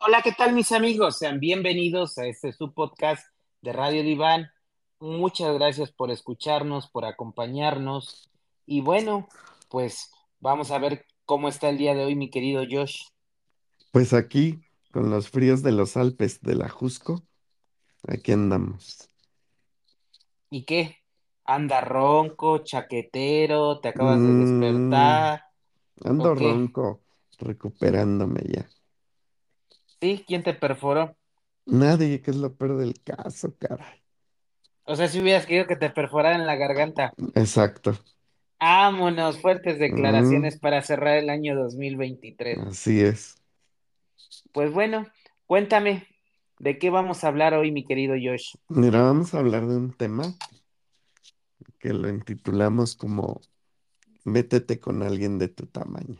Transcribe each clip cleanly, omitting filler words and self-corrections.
Hola, ¿qué tal mis amigos? Sean bienvenidos a este su podcast de Radio Diván. Muchas gracias por escucharnos, por acompañarnos. Y bueno, pues vamos a ver cómo está el día de hoy, mi querido Josh. Pues aquí, con los fríos de los Alpes de la Jusco, aquí andamos. ¿Y qué? ¿Anda ronco, chaquetero, te acabas de Mm, despertar ando o qué? ronco, recuperándome ya. ¿Sí? ¿Quién te perforó? Nadie, que es lo peor del caso, caray. O sea, si hubieras querido que te perforaran la garganta. Exacto. Vámonos, fuertes Mm, declaraciones para cerrar el año 2023. así es. Pues bueno, cuéntame, ¿de qué vamos a hablar hoy, mi querido Josh? Mira, vamos a hablar de un tema que lo intitulamos como Métete con alguien de tu tamaño.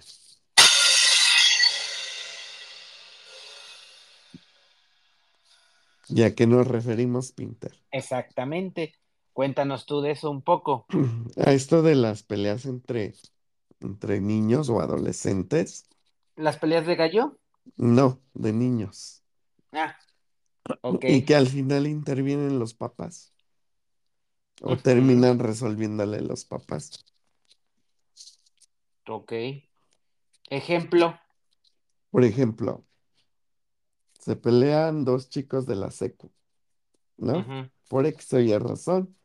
¿Y a qué nos referimos, Pinter? Exactamente. Cuéntanos tú de eso un poco. A esto de las peleas entre niños o adolescentes. ¿Las peleas de gallo? No, de niños. Ah, ok, Y que al final intervienen los papás o ujú, terminan resolviéndole los papás. ok. Ejemplo, Por ejemplo, se pelean dos chicos de la secu, ¿no? ujú, Por X o Y razón,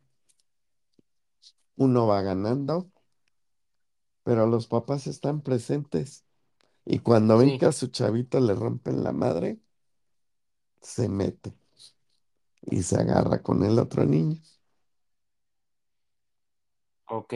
uno va ganando, pero los papás están presentes y cuando ven sí, que a su chavito le rompen la madre, se mete y se agarra con el otro niño. ok.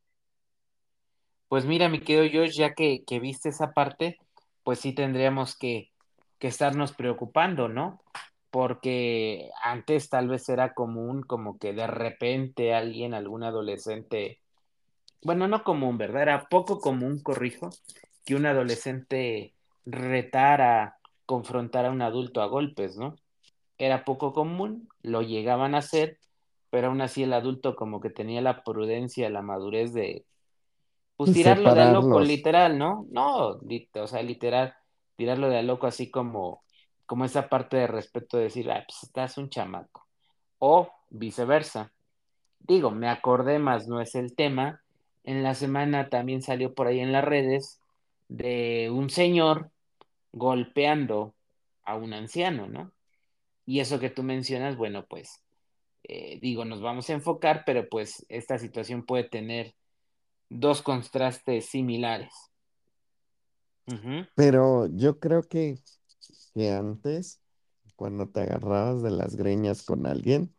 Pues mira, mi querido Josh, ya que viste esa parte, pues sí tendríamos que estarnos preocupando, ¿no? Porque antes tal vez era común como que de repente alguien, algún adolescente. Bueno, no común, ¿verdad? Era poco común, corrijo, que un adolescente retara, confrontara a un adulto a golpes, ¿no? Era poco común, lo llegaban a hacer, pero aún así el adulto como que tenía la prudencia, la madurez de, pues Pues tirarlo de a loco, separarlos. literal, ¿no? No, o sea, literal, tirarlo de a loco así como esa parte de respeto de decir, ah, pues estás un chamaco. O viceversa. Digo, me acordé más, no es el tema. En la semana también salió por ahí en las redes de un señor golpeando a un anciano, ¿no? Y eso que tú mencionas, bueno, pues digo, nos vamos a enfocar, pero pues esta situación puede tener dos contrastes similares. Ujú. Pero yo creo que antes, cuando te agarrabas de las greñas con alguien,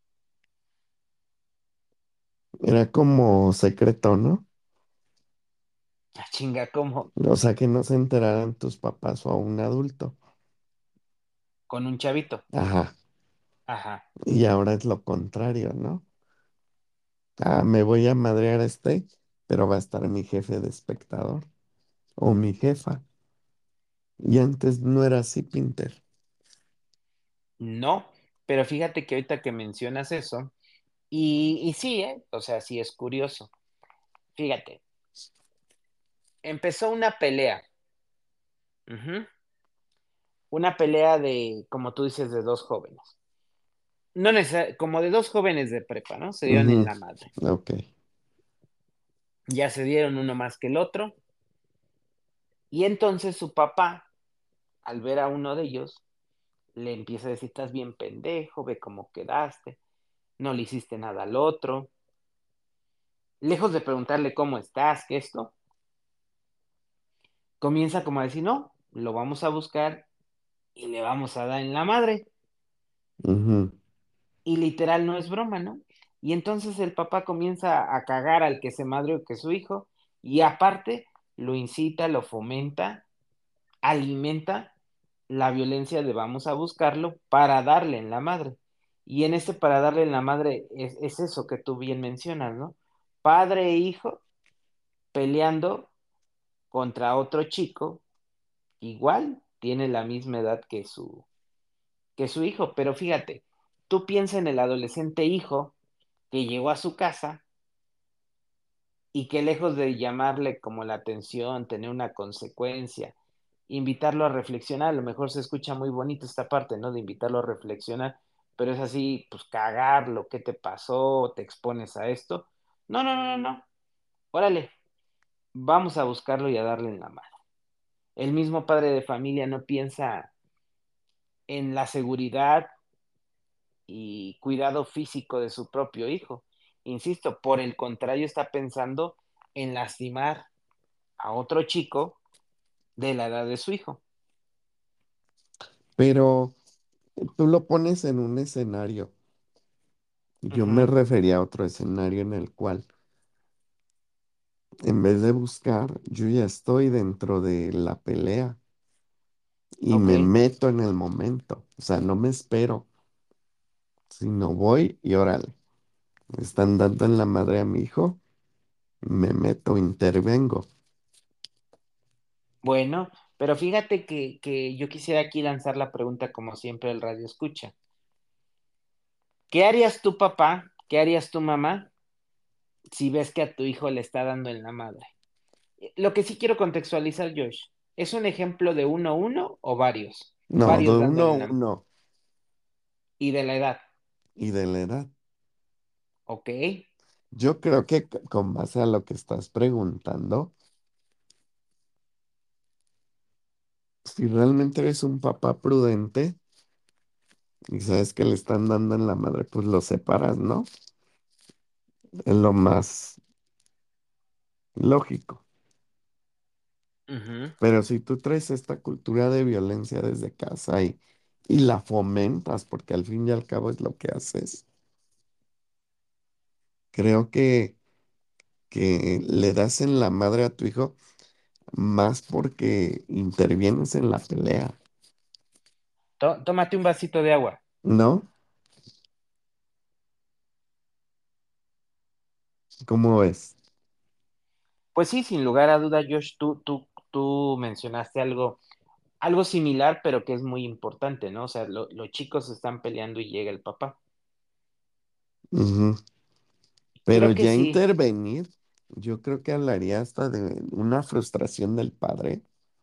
era como secreto, ¿no? Ah, chinga, ¿cómo? O sea, que no se enteraran tus papás o a un adulto. Con un chavito. Ajá. Ajá. Y ahora es lo contrario, ¿no? Ah, me voy a madrear a este, pero va a estar mi jefe de espectador o mi jefa. Y antes no era así, Pinter. No, pero fíjate que ahorita que mencionas eso, y sí, o sea, sí es curioso. Fíjate, empezó una pelea. Ujú. Una pelea de, como tú dices, de dos jóvenes. No como de dos jóvenes de prepa, ¿no? Se dieron en Ujú, la madre. ok. Ya se dieron uno más que el otro. Y entonces su papá, al ver a uno de ellos, le empieza a decir, estás bien pendejo, ve cómo quedaste, no le hiciste nada al otro. Lejos de preguntarle cómo estás, que esto, comienza como a decir, no, lo vamos a buscar y le vamos a dar en la madre. Ujú, Y literal no es broma, ¿no? Y entonces el papá comienza a cagar al que se madre que su hijo, y aparte lo incita, lo fomenta, alimenta la violencia de vamos a buscarlo para darle en la madre. Y en este para darle en la madre es eso que tú bien mencionas, ¿no? Padre e hijo peleando contra otro chico, igual tiene la misma edad que su hijo, pero fíjate, tú piensa en el adolescente hijo que llegó a su casa y que lejos de llamarle como la atención, tener una consecuencia, invitarlo a reflexionar. A lo mejor se escucha muy bonito esta parte, ¿no? De invitarlo a reflexionar, pero es así, pues cagarlo, ¿qué te pasó? ¿Te expones a esto? No, no, no, no, no. Órale, vamos a buscarlo y a darle en la mano. El mismo padre de familia no piensa en la seguridad y cuidado físico de su propio hijo. Insisto, por el contrario, está pensando en lastimar a otro chico de la edad de su hijo. Pero tú lo pones en un escenario. Yo me Ujú. refería a otro escenario en el cual, en vez de buscar, yo ya estoy dentro de la pelea y Ok, me meto en el momento. O sea, no me espero, sino voy y órale. Me están dando en la madre a mi hijo, me meto, intervengo. bueno, pero fíjate que yo quisiera aquí lanzar la pregunta como siempre el radio escucha. ¿Qué harías tu papá? ¿Qué harías tu mamá si ves que a tu hijo le está dando en la madre? Lo que sí quiero contextualizar, Josh, ¿es un ejemplo de uno a uno o varios? No, de Varios uno dándole a en la... uno Y de la edad, y de la edad. ¿ok? Yo creo que con base a lo que estás preguntando, si realmente eres un papá prudente y sabes que le están dando en la madre, pues lo separas, ¿no? Es lo más lógico. Ujú. Pero si tú traes esta cultura de violencia desde casa y la fomentas, porque al fin y al cabo es lo que haces, creo que le das en la madre a tu hijo más porque intervienes en la pelea, Tómate un vasito de agua. ¿no? ¿Cómo ves? Pues sí, sin lugar a duda, Josh, tú mencionaste algo similar, pero que es muy importante, ¿no? O sea, los chicos están peleando y llega el papá. Ujú. Pero Creo que ya sí. intervenir, yo creo que hablaría hasta de una frustración del padre.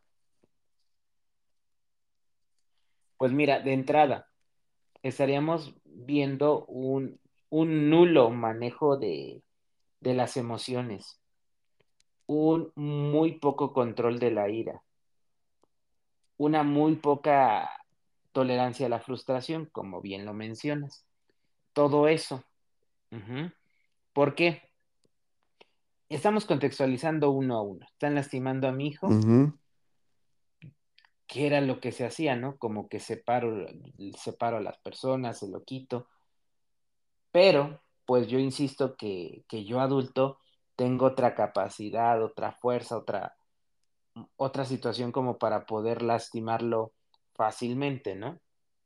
Pues mira, de entrada, estaríamos viendo un nulo manejo de las emociones, un muy poco control de la ira, una muy poca tolerancia a la frustración, como bien lo mencionas. Todo eso. Ujú. ¿Por qué? Estamos contextualizando uno a uno. Están lastimando a mi hijo, Ujú, que era lo que se hacía, ¿no? Como que separo a las personas, se lo quito. Pero, pues yo insisto que yo adulto tengo otra capacidad, otra fuerza, otra situación como para poder lastimarlo fácilmente, ¿no?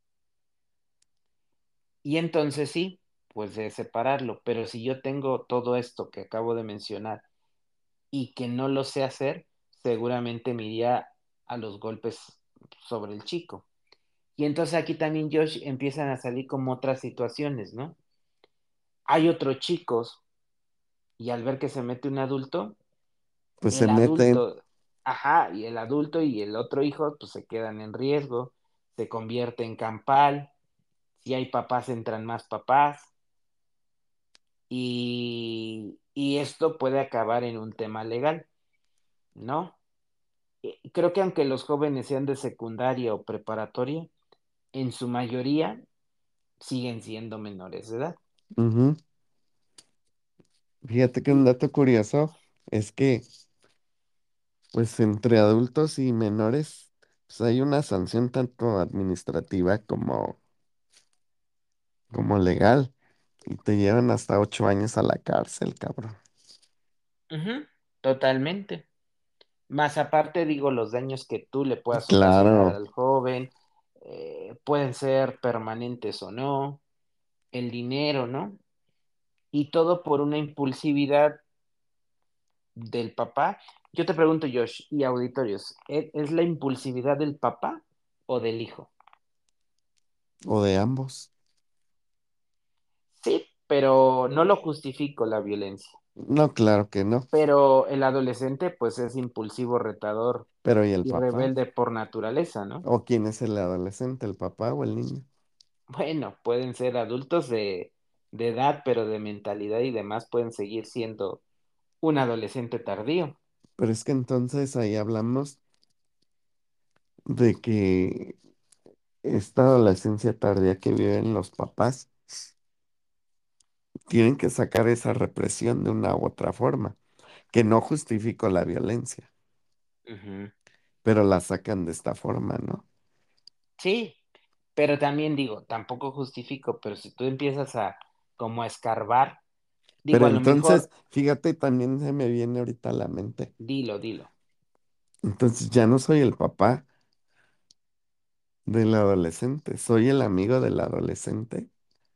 Y entonces sí, pues de separarlo. Pero si yo tengo todo esto que acabo de mencionar y que no lo sé hacer, seguramente me iría a los golpes sobre el chico. Y entonces aquí también, Josh, empiezan a salir como otras situaciones, ¿no? Hay otros chicos y al ver que se mete un adulto, pues se el meten. adulto, ajá, y el adulto y el otro hijo, pues se quedan en riesgo, se convierte en campal, si hay papás entran más papás y esto puede acabar en un tema legal, ¿no? Creo que aunque los jóvenes sean de secundaria o preparatoria, en su mayoría siguen siendo menores de edad. Ujú. Fíjate que un Y, dato curioso es que, pues entre adultos y menores, pues hay una sanción tanto administrativa como legal y te llevan hasta 8 años a la cárcel, cabrón. ujú, totalmente. Más aparte, digo, los daños que tú le puedas ocasionar Claro. al joven, pueden ser permanentes o no, el dinero, ¿no? Y todo por una impulsividad del papá. Yo te pregunto, Josh, y auditorios, ¿es la impulsividad del papá o del hijo? O de ambos. Sí, pero no lo justifico la violencia. No, claro que no. Pero el adolescente, pues es impulsivo, retador. Pero ¿y el y papá? rebelde por naturaleza, ¿no? ¿O quién es el adolescente, el papá o el niño? Bueno, pueden ser adultos de edad, pero de mentalidad y demás pueden seguir siendo un adolescente tardío. Pero es que entonces ahí hablamos de que esta adolescencia tardía que viven los papás tienen que sacar esa represión de una u otra forma, que no justifico la violencia, Ujú. pero la sacan de esta forma, ¿no? Sí, pero también digo, tampoco justifico, pero si tú empiezas a como a escarbar, digo, Pero a lo entonces, mejor, fíjate, también se me viene ahorita a la mente. dilo, dilo. Entonces ya no soy el papá del adolescente, soy el amigo del adolescente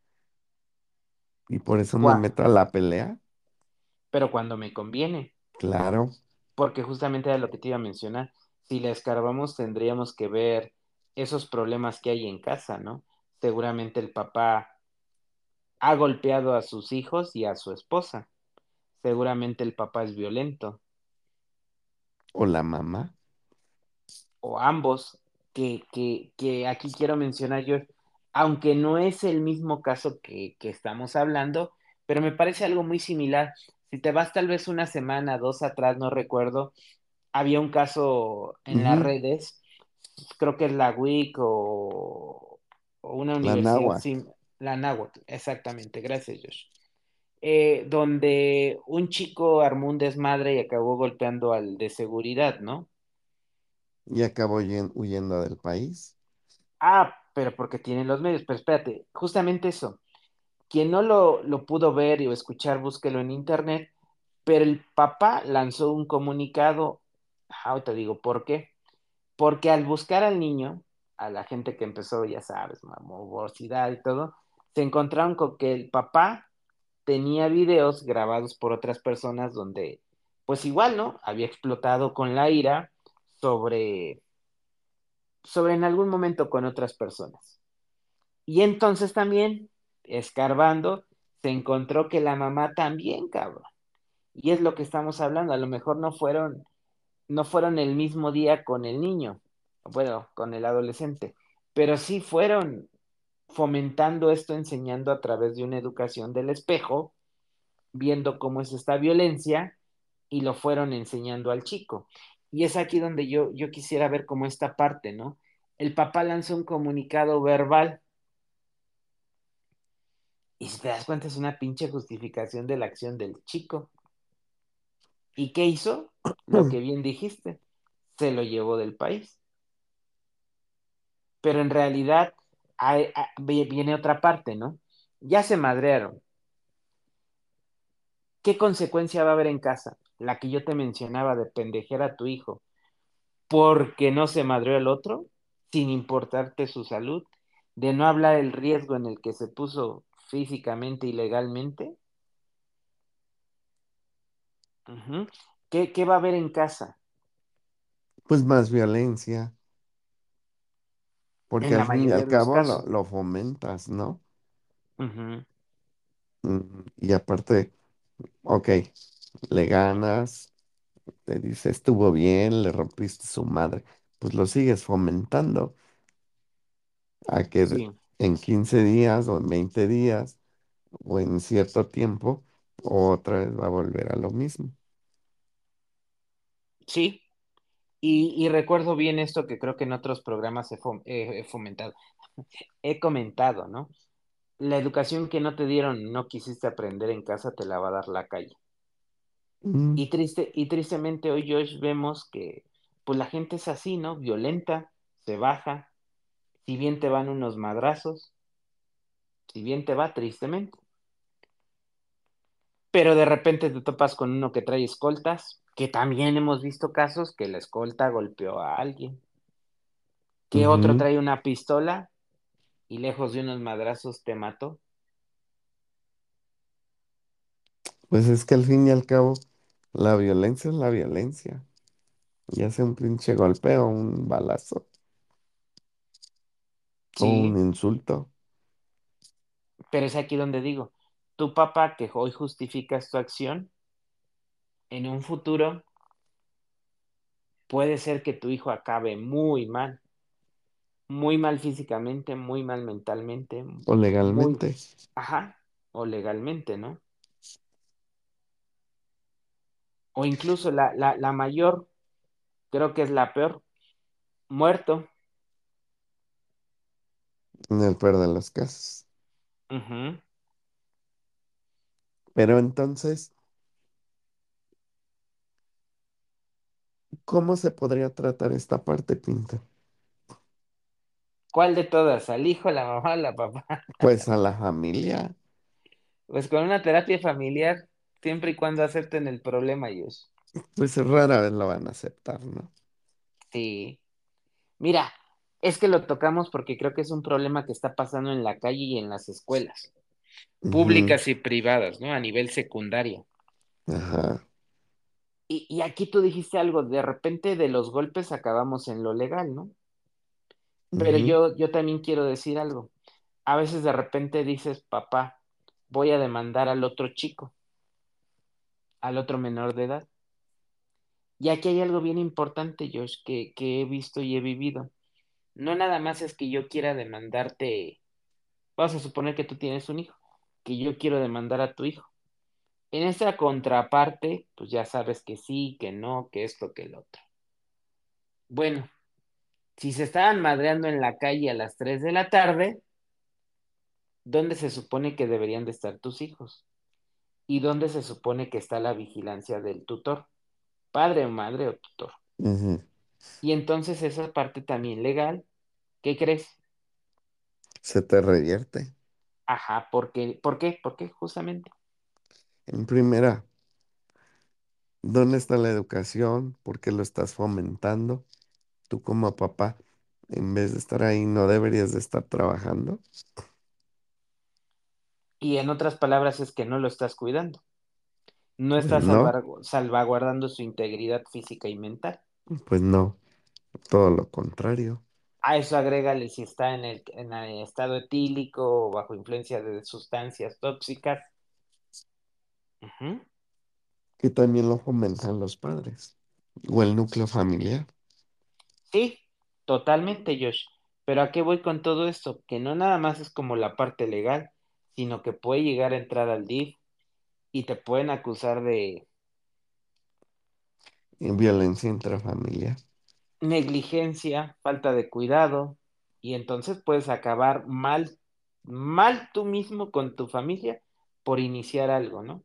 y por eso me ¿Cuá? meto a la pelea. Pero cuando me conviene, Claro, porque justamente era lo que te iba a mencionar. Si la escarbamos, tendríamos que ver esos problemas que hay en casa, ¿no? Seguramente el papá ha golpeado a sus hijos y a su esposa. Seguramente el papá es violento, o la mamá. o ambos, que aquí quiero mencionar yo, aunque no es el mismo caso que estamos hablando, pero me parece algo muy similar. Si te vas tal vez una semana, dos atrás, no recuerdo, había un caso en las Ujú, redes, creo que es la WIC o una la universidad, náhuatl. sí, la Náhuatl, exactamente, gracias Josh. Donde un chico armó un desmadre y acabó golpeando al de seguridad, ¿no? Y acabó huyendo del país. Ah, pero porque tienen los medios, pero espérate, justamente eso. Quien no lo pudo ver o escuchar, búsquelo en internet, pero el papá lanzó un comunicado, ahorita digo, ¿por qué? Porque al buscar al niño, a la gente que empezó, ya sabes, morbosidad y todo, se encontraron con que el papá tenía videos grabados por otras personas donde, pues igual, ¿no? Había explotado con la ira sobre, sobre en algún momento con otras personas. Y entonces también, escarbando, se encontró que la mamá también, cabrón. Y es lo que estamos hablando, a lo mejor no fueron el mismo día con el niño, bueno, con el adolescente, pero sí fueron fomentando esto, enseñando a través de una educación del espejo, viendo cómo es esta violencia y lo fueron enseñando al chico. Y es aquí donde yo quisiera ver como esta parte, ¿no? El papá lanzó un comunicado verbal y si te das cuenta es una pinche justificación de la acción del chico. ¿Y qué hizo? Lo que bien dijiste, se lo llevó del país. Pero en realidad viene otra parte, ¿no? Ya se madrearon. ¿Qué consecuencia va a haber en casa? La que yo te mencionaba de pendejer a tu hijo porque no se madreó el otro, sin importarte su salud, de no hablar el riesgo en el que se puso físicamente y legalmente. Ujú. ¿Qué va a haber en casa? Pues más violencia, porque En al la fin y mayoría al de los cabo casos. lo fomentas, ¿no? Ujú. Y aparte, ok, le ganas, te dice estuvo bien, le rompiste su madre, pues lo sigues fomentando a que Sí, en 15 días o en 20 días o en cierto tiempo otra vez va a volver a lo mismo. sí. Y recuerdo bien esto que creo que en otros programas he fomentado, he comentado, ¿no? La educación que no te dieron, no quisiste aprender en casa, te la va a dar la calle. Mm, Y tristemente hoy, Josh, vemos que pues la gente es así, ¿no? Violenta, se baja, si bien te van unos madrazos, si bien te va, tristemente. Pero de repente te topas con uno que trae escoltas, que también hemos visto casos que la escolta golpeó a alguien, que otro ujú. trae una pistola y lejos de unos madrazos te mató. Pues es que al fin y al cabo la violencia es la violencia, ya sea un pinche golpe o un balazo o un Sí, insulto. pero es aquí donde digo, tu papá que hoy justificas tu acción, en un futuro puede ser que tu hijo acabe muy mal físicamente, muy mal mentalmente, O muy, legalmente. ajá, o legalmente, ¿no? O incluso la mayor, creo que es la peor, muerto. En el peor de los casos. Ujú. Pero entonces, ¿cómo se podría tratar esta parte, Pinto? ¿Cuál de todas? ¿Al hijo, la mamá, la papá? Pues a la familia, Pues con una terapia familiar, siempre y cuando acepten el problema ellos. pues rara vez lo van a aceptar, ¿no? Sí. Mira, es que lo tocamos porque creo que es un problema que está pasando en la calle y en las escuelas, Ujú. públicas y privadas, ¿no? A nivel secundaria. Ajá. Y aquí tú dijiste algo, de repente de los golpes acabamos en lo legal, ¿no? Pero Ujú. yo también quiero decir algo. A veces de repente dices, papá, voy a demandar al otro chico, al otro menor de edad. Y aquí hay algo bien importante, Josh, que he visto y he vivido. No nada más es que yo quiera demandarte, vamos a suponer que tú tienes un hijo, que yo quiero demandar a tu hijo. En esa contraparte, pues ya sabes que sí, que no, que esto, que el otro. Bueno, si se estaban madreando en la calle a las 3 de la tarde, ¿dónde se supone que deberían de estar tus hijos? ¿Y dónde se supone que está la vigilancia del tutor? Padre o madre o tutor. Ujú. Y entonces esa parte también legal, ¿qué crees? Se te revierte. Ajá, ¿por qué? ¿Por qué? ¿Por qué? Justamente. En primera, ¿dónde está la educación? ¿Por qué lo estás fomentando? Tú como papá, en vez de estar ahí, no deberías de estar trabajando. Y en otras palabras es que no lo estás cuidando. No Pues estás no, salvaguardando su integridad física y mental. pues no, todo lo contrario. A eso agrégale si está en el estado etílico o bajo influencia de sustancias tóxicas. Ujú. Que también lo fomentan los padres o el núcleo familiar. Sí, totalmente, Josh. Pero ¿a qué voy con todo esto? Que no nada más es como la parte legal, sino que puede llegar a entrar al DIF y te pueden acusar de Y violencia intrafamiliar. negligencia, falta de cuidado, y entonces puedes acabar mal tú mismo con tu familia por iniciar algo, ¿no?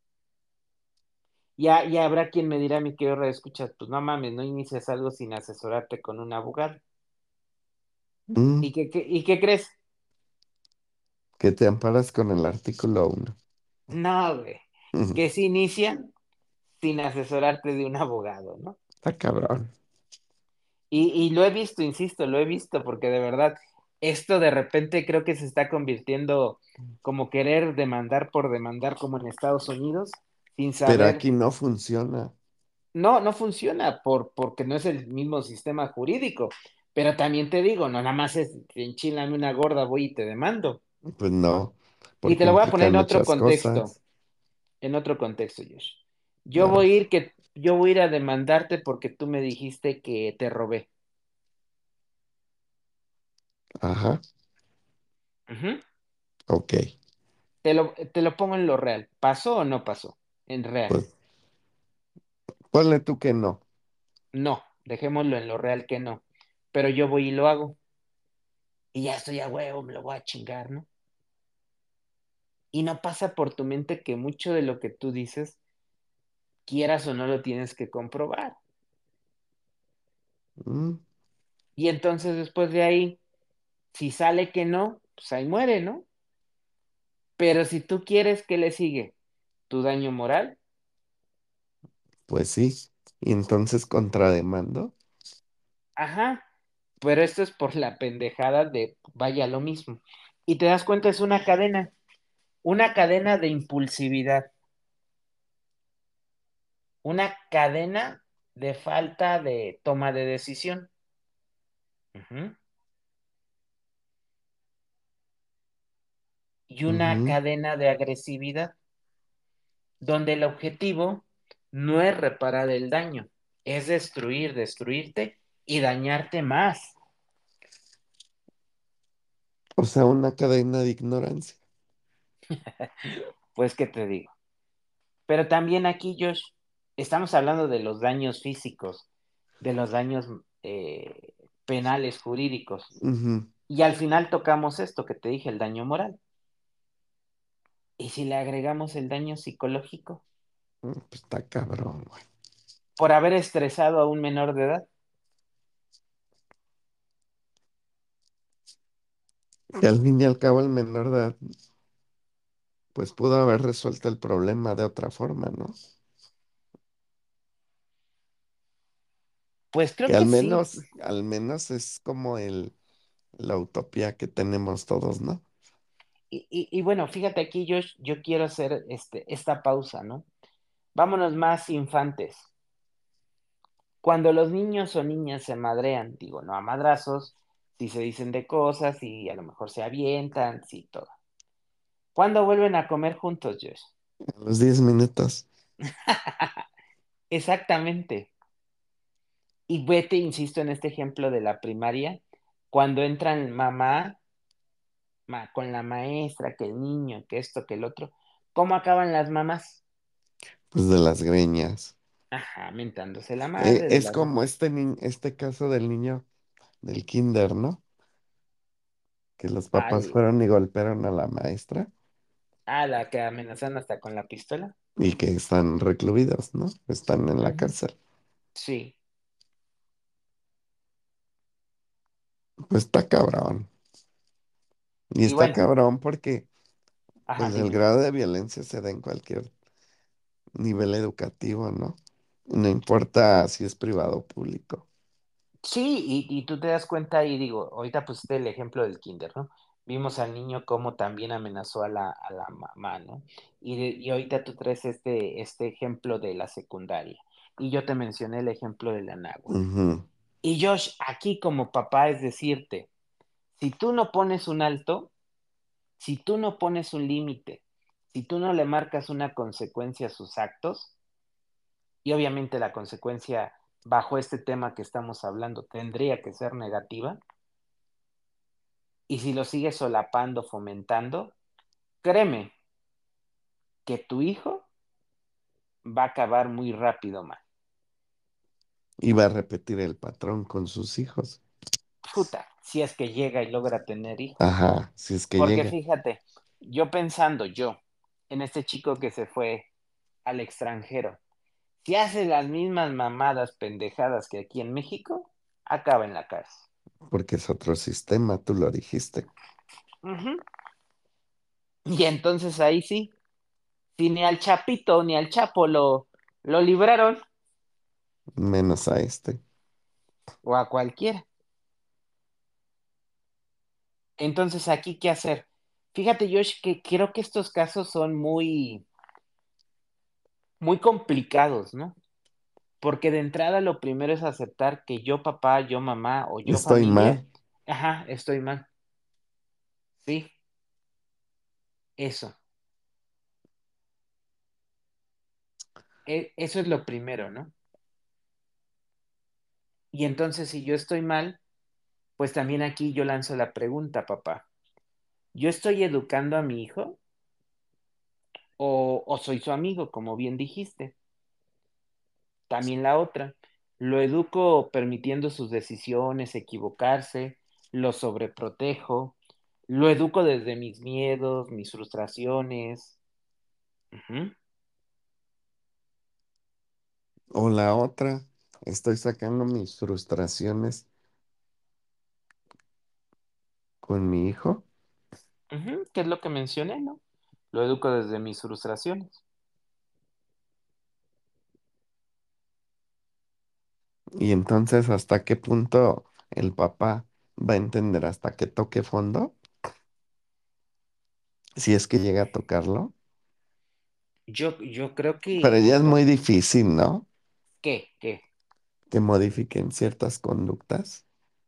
Ya habrá quien me dirá, mi querido escucha, pues no mames, no inicies algo sin asesorarte con un abogado. Mm, ¿Y qué crees? que te amparas con el artículo 1. No, güey, que se inicia sin asesorarte de un abogado, ¿no? Está cabrón. Y lo he visto, insisto, lo he visto, porque de verdad, esto de repente creo que se está convirtiendo como querer demandar por demandar como en Estados Unidos, sin Pero saber, aquí no funciona. no, no funciona porque no es el mismo sistema jurídico, pero también te digo, no nada más es enchilame una gorda, voy y te demando. Pues no, Y te porque lo voy a poner implican muchas cosas. en otro contexto, Josh. A ver, Yo voy a ir a demandarte porque tú me dijiste que te robé. ajá, Ujú. ok. Te lo pongo en lo real. ¿Pasó o no pasó? En real. Pues ponle tú que no. No, dejémoslo en lo real que no. Pero yo voy y lo hago. Y ya estoy a huevo, me lo voy a chingar, ¿no? Y no pasa por tu mente que mucho de lo que tú dices, quieras o no, lo tienes que comprobar. Mm, Y entonces después de ahí, si sale que no, pues ahí muere, ¿no? Pero si tú quieres, ¿qué le sigue? ¿Tu daño moral? pues sí. Y entonces contrademando. Ajá. Pero esto es por la pendejada de vaya lo mismo. Y te das cuenta, es una cadena de impulsividad, una cadena de falta de toma de decisión. Ujú. Y una Ujú. cadena de agresividad, donde el objetivo no es reparar el daño, es destruir, destruirte y dañarte más. O sea, una cadena de ignorancia. Pues, ¿qué te digo? Pero también aquí, Josh, estamos hablando de los daños físicos, de los daños penales, jurídicos. Ujú. Y al final tocamos esto que te dije, el daño moral. ¿Y si le agregamos el daño psicológico? Pues está cabrón, güey. Por haber estresado a un menor de edad. Y al fin y al cabo el menor de edad, pues pudo haber resuelto el problema de otra forma, ¿no? Pues creo Que que sí. al menos es como la utopía que tenemos todos, ¿no? Y bueno, fíjate aquí, Josh, yo quiero hacer esta pausa, ¿no? Vámonos más infantes. Cuando los niños o niñas se madrean, digo, no a madrazos, si se dicen de cosas y a lo mejor se avientan, sí, todo. ¿Cuándo vuelven a comer juntos, Josh? A los 10 minutos, Exactamente. Y vete, insisto, en este ejemplo de la primaria, cuando entran mamá, con la maestra, que el niño, que esto, que el otro, ¿cómo acaban las mamás? pues de las greñas. Ajá, mentándose la madre de Es las... como este caso del niño del kinder, ¿no? Que los papás Al, fueron y golpearon a la maestra a la que amenazan hasta con la pistola. y que están recluidos, ¿no? Están en la Ujú. cárcel. Sí. Pues está cabrón. Y Y está bueno, cabrón porque ajá, pues el dime. grado de violencia se da en cualquier nivel educativo, ¿no? No importa si es privado o público. Sí, y tú te das cuenta y digo, ahorita pusiste el ejemplo del kinder, ¿no? Vimos al niño cómo también amenazó a la mamá, ¿no? Y ahorita tú traes este ejemplo de la secundaria. Y yo te mencioné el ejemplo de la náhuatl. Ujú. Y Josh, aquí como papá es decirte, si tú no pones un alto, si tú no pones un límite, si tú no le marcas una consecuencia a sus actos, y obviamente la consecuencia bajo este tema que estamos hablando tendría que ser negativa, y si lo sigues solapando, fomentando, créeme que tu hijo va a acabar muy rápido mal. Y va a repetir el patrón con sus hijos. Puta, si es que llega y logra tener hijos. Ajá, si es que Porque llega. fíjate, yo pensando yo en este chico que se fue al extranjero, si hace las mismas mamadas pendejadas que aquí en México, acaba en la cárcel. Porque es otro sistema, tú lo dijiste, Ujú. Y entonces ahí sí, si ni al Chapito ni al Chapo lo libraron, menos a este. o a cualquiera. Entonces, aquí, ¿qué hacer? Fíjate, Josh, que creo que estos casos son muy, muy complicados, ¿no? Porque de entrada lo primero es aceptar que yo papá, yo mamá o yo Estoy familia, mal. ajá, estoy mal. Sí, eso. Eso es lo primero, ¿no? Y entonces, si yo estoy mal, pues también aquí yo lanzo la pregunta, papá. ¿Yo estoy educando a mi hijo o soy su amigo, como bien dijiste? También la otra, lo educo permitiendo sus decisiones, equivocarse, lo sobreprotejo, lo educo desde mis miedos, mis frustraciones. Ujú, O la otra, estoy sacando mis frustraciones con mi hijo ujú, ¿qué es lo que mencioné, no? Lo educo desde mis frustraciones. y entonces hasta qué punto el papá va a entender hasta que toque fondo, si es que llega a tocarlo. Yo creo que Pero ya es hasta muy difícil, ¿no? qué, Que modifiquen ciertas conductas.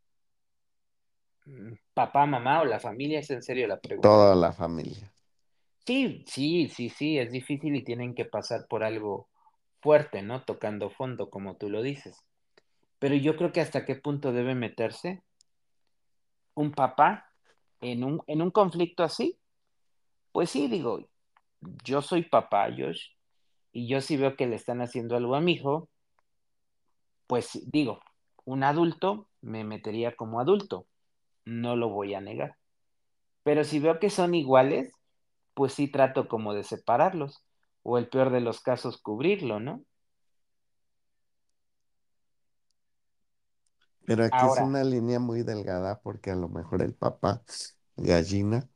papá, mamá o la familia, es en serio la pregunta. Toda la familia. Sí, sí, sí, sí, es difícil y tienen que pasar por algo fuerte, ¿no? Tocando fondo, como tú lo dices. Pero yo creo que hasta qué punto debe meterse un papá en un conflicto así. Pues sí, digo, yo soy papá, Josh, y yo sí veo que le están haciendo algo a mi hijo, pues digo, un adulto me metería como adulto, no lo voy a negar. Pero si veo que son iguales, pues sí trato como de separarlos, o el peor de los casos, cubrirlo, ¿no? Pero aquí es Ahora, una línea muy delgada porque a lo mejor el papá gallina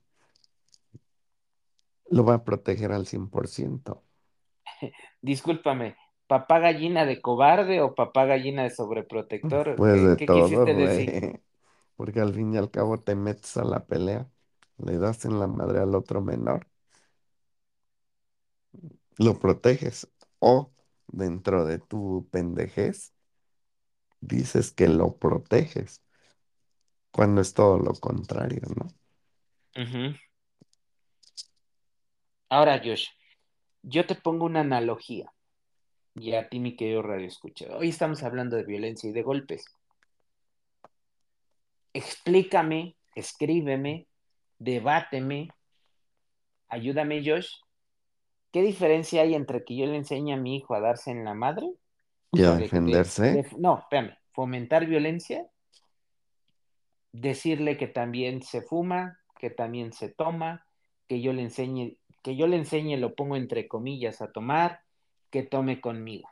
lo va a proteger al 100%. discúlpame, ¿papá gallina de cobarde o papá gallina de sobreprotector? Pues de ¿Qué todo, quisiste decir? güey. Porque al fin y al cabo te metes a la pelea, le das en la madre al otro menor, lo proteges. O dentro de tu pendejez, dices que lo proteges, cuando es todo lo contrario, ¿no? Ujú. Ahora, Josh, yo te pongo una analogía, y a ti, mi querido radio escucha. Hoy estamos hablando de violencia y de golpes. Explícame, escríbeme, debáteme, ayúdame, Josh. ¿Qué diferencia hay entre que yo le enseñe a mi hijo a darse en la madre? O Y a sea, defenderse, no, espérame, fomentar violencia, decirle que también se fuma, que también se toma, que yo le enseñe, lo pongo entre comillas, a tomar, que tome conmigo.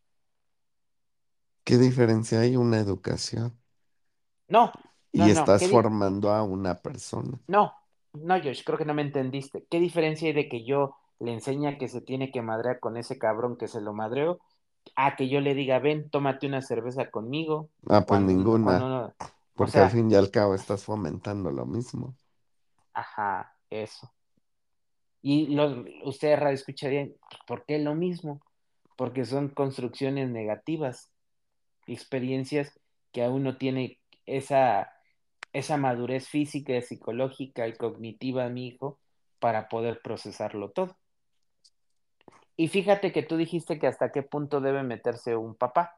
¿qué diferencia hay? Una educación. No, no, Y no, estás formando a una persona. no, no, Josh, creo que no me entendiste. ¿Qué diferencia hay de que yo le enseñe que se tiene que madrear con ese cabrón que se lo madreó, a que yo le diga, ven, tómate una cerveza conmigo, Ah, pues cuando ninguna, no, o porque al sea, fin y al cabo estás fomentando lo mismo. ajá, eso. Y ustedes radio escucharían, ¿por qué lo mismo? Porque son construcciones negativas, experiencias que aún no tiene esa madurez física, psicológica y cognitiva, mi hijo, para poder procesarlo todo. Y fíjate que tú dijiste que hasta qué punto debe meterse un papá.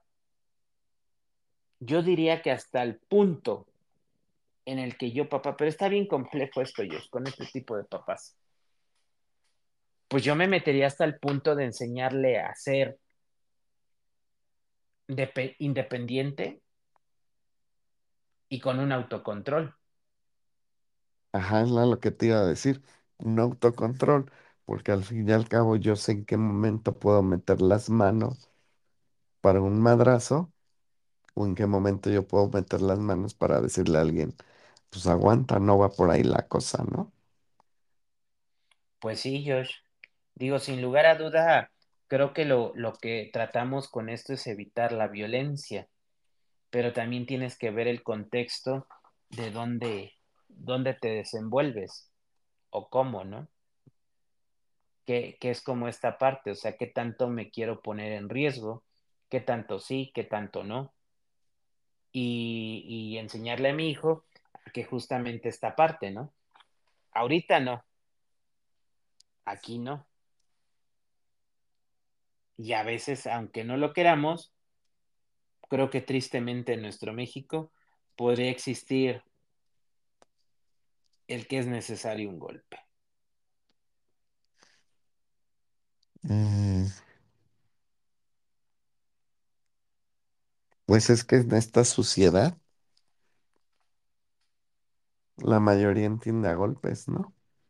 Yo diría que hasta el punto en el que yo, papá, pero está bien complejo esto, yo, con este tipo de papás. Pues yo me metería hasta el punto de enseñarle a ser independiente y con un autocontrol. Ajá, es lo que te iba a decir, un autocontrol, porque al fin y al cabo yo sé en qué momento puedo meter las manos para un madrazo o en qué momento yo puedo meter las manos para decirle a alguien, pues aguanta, no va por ahí la cosa, ¿no? Pues sí, Josh. Digo, sin lugar a duda, creo que lo que tratamos con esto es evitar la violencia, pero también tienes que ver el contexto de dónde te desenvuelves o cómo, ¿no? Que es como esta parte, o sea, qué tanto me quiero poner en riesgo, qué tanto sí, qué tanto no, y enseñarle a mi hijo que justamente esta parte, ¿no? Ahorita no, aquí no, y a veces, aunque no lo queramos, creo que tristemente en nuestro México podría existir el que es necesario un golpe. Eh, pues es que en esta sociedad la mayoría entiende a golpes, ¿no?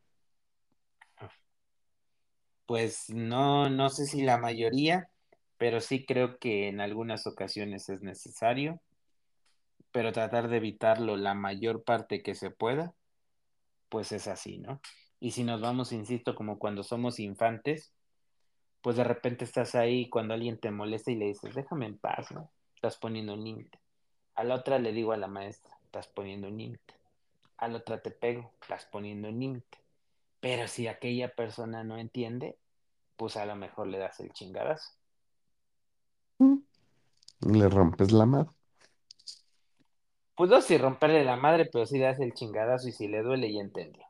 Pues no, no sé si la mayoría, pero sí creo que en algunas ocasiones es necesario, pero tratar de evitarlo la mayor parte que se pueda, pues es así, ¿no? Y si nos vamos, insisto, como cuando somos infantes, pues de repente estás ahí cuando alguien te molesta y le dices, déjame en paz, ¿no? Estás poniendo un límite. A la otra le digo a la maestra, estás poniendo un límite. A la otra te pego, estás poniendo un límite. Pero si aquella persona no entiende, pues a lo mejor le das el chingadazo. Mm. Le rompes la mano. Pues no si romperle la madre, pero sí le das el chingadazo y si le duele ya entendió.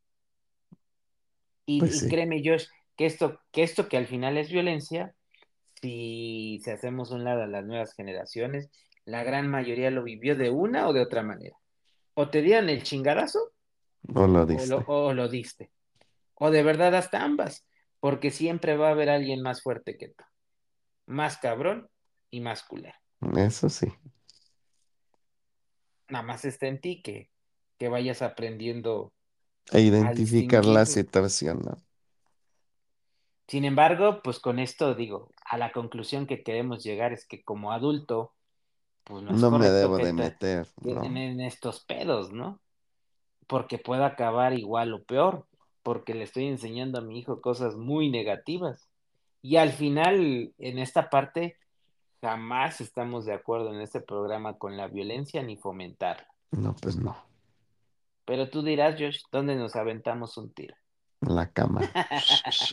Pues Y sí. créeme, Josh, que esto que al final es violencia, si hacemos un lado a las nuevas generaciones, la gran mayoría lo vivió de una o de otra manera. O te dieron el chingadazo ¿O lo o diste? o lo diste. O de verdad hasta ambas, porque siempre va a haber alguien más fuerte que tú, más cabrón y más culero. Eso sí. Nada más está en ti que vayas aprendiendo E a identificar la distinguirlo. situación, ¿no? Sin embargo, pues con esto digo, a la conclusión que queremos llegar es que como adulto, pues no es No me correcto debo que de te meter, que ¿no? en estos pedos, ¿no? Porque puede acabar igual o peor, porque le estoy enseñando a mi hijo cosas muy negativas. Y al final, en esta parte, jamás estamos de acuerdo en este programa con la violencia ni fomentarla. No, pues no. Pero tú dirás, Josh, ¿dónde nos aventamos un tiro? La cama. Shh, shh.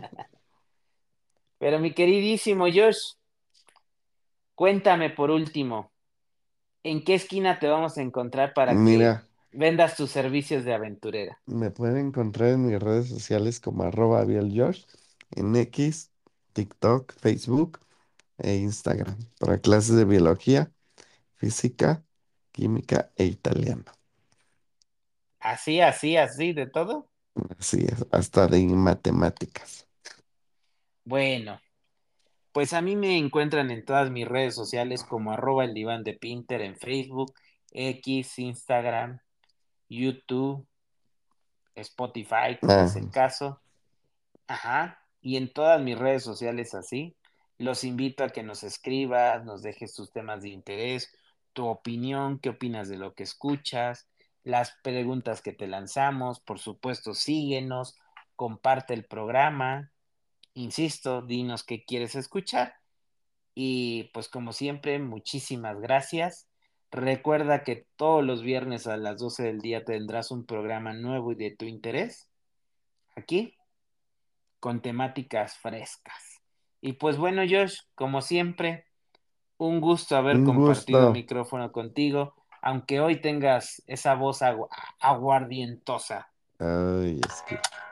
Pero mi queridísimo Josh, cuéntame por último, ¿en qué esquina te vamos a encontrar para que Mira, vendas tus servicios de aventurera? me pueden encontrar en mis redes sociales como @abieljosh, en X, TikTok, Facebook e Instagram, para clases de biología, física, química e italiano. Así, así, así, de todo. Así es, hasta de matemáticas. Bueno, pues a mí me encuentran en todas mis redes sociales como @el diván de Pinter en Facebook, X, Instagram, YouTube, Spotify, como Ah, es el caso. Ajá. Y en todas mis redes sociales así. Los invito a que nos escribas, nos dejes tus temas de interés, tu opinión, qué opinas de lo que escuchas, las preguntas que te lanzamos. Por supuesto, síguenos, comparte el programa. Insisto, dinos qué quieres escuchar. Y pues como siempre, muchísimas gracias. Recuerda que todos los viernes a las 12 del día tendrás un programa nuevo y de tu interés aquí con temáticas frescas. Y pues bueno, Josh, como siempre, un gusto haber un compartido gusto. micrófono contigo, aunque hoy tengas esa voz aguardientosa. Ay, es que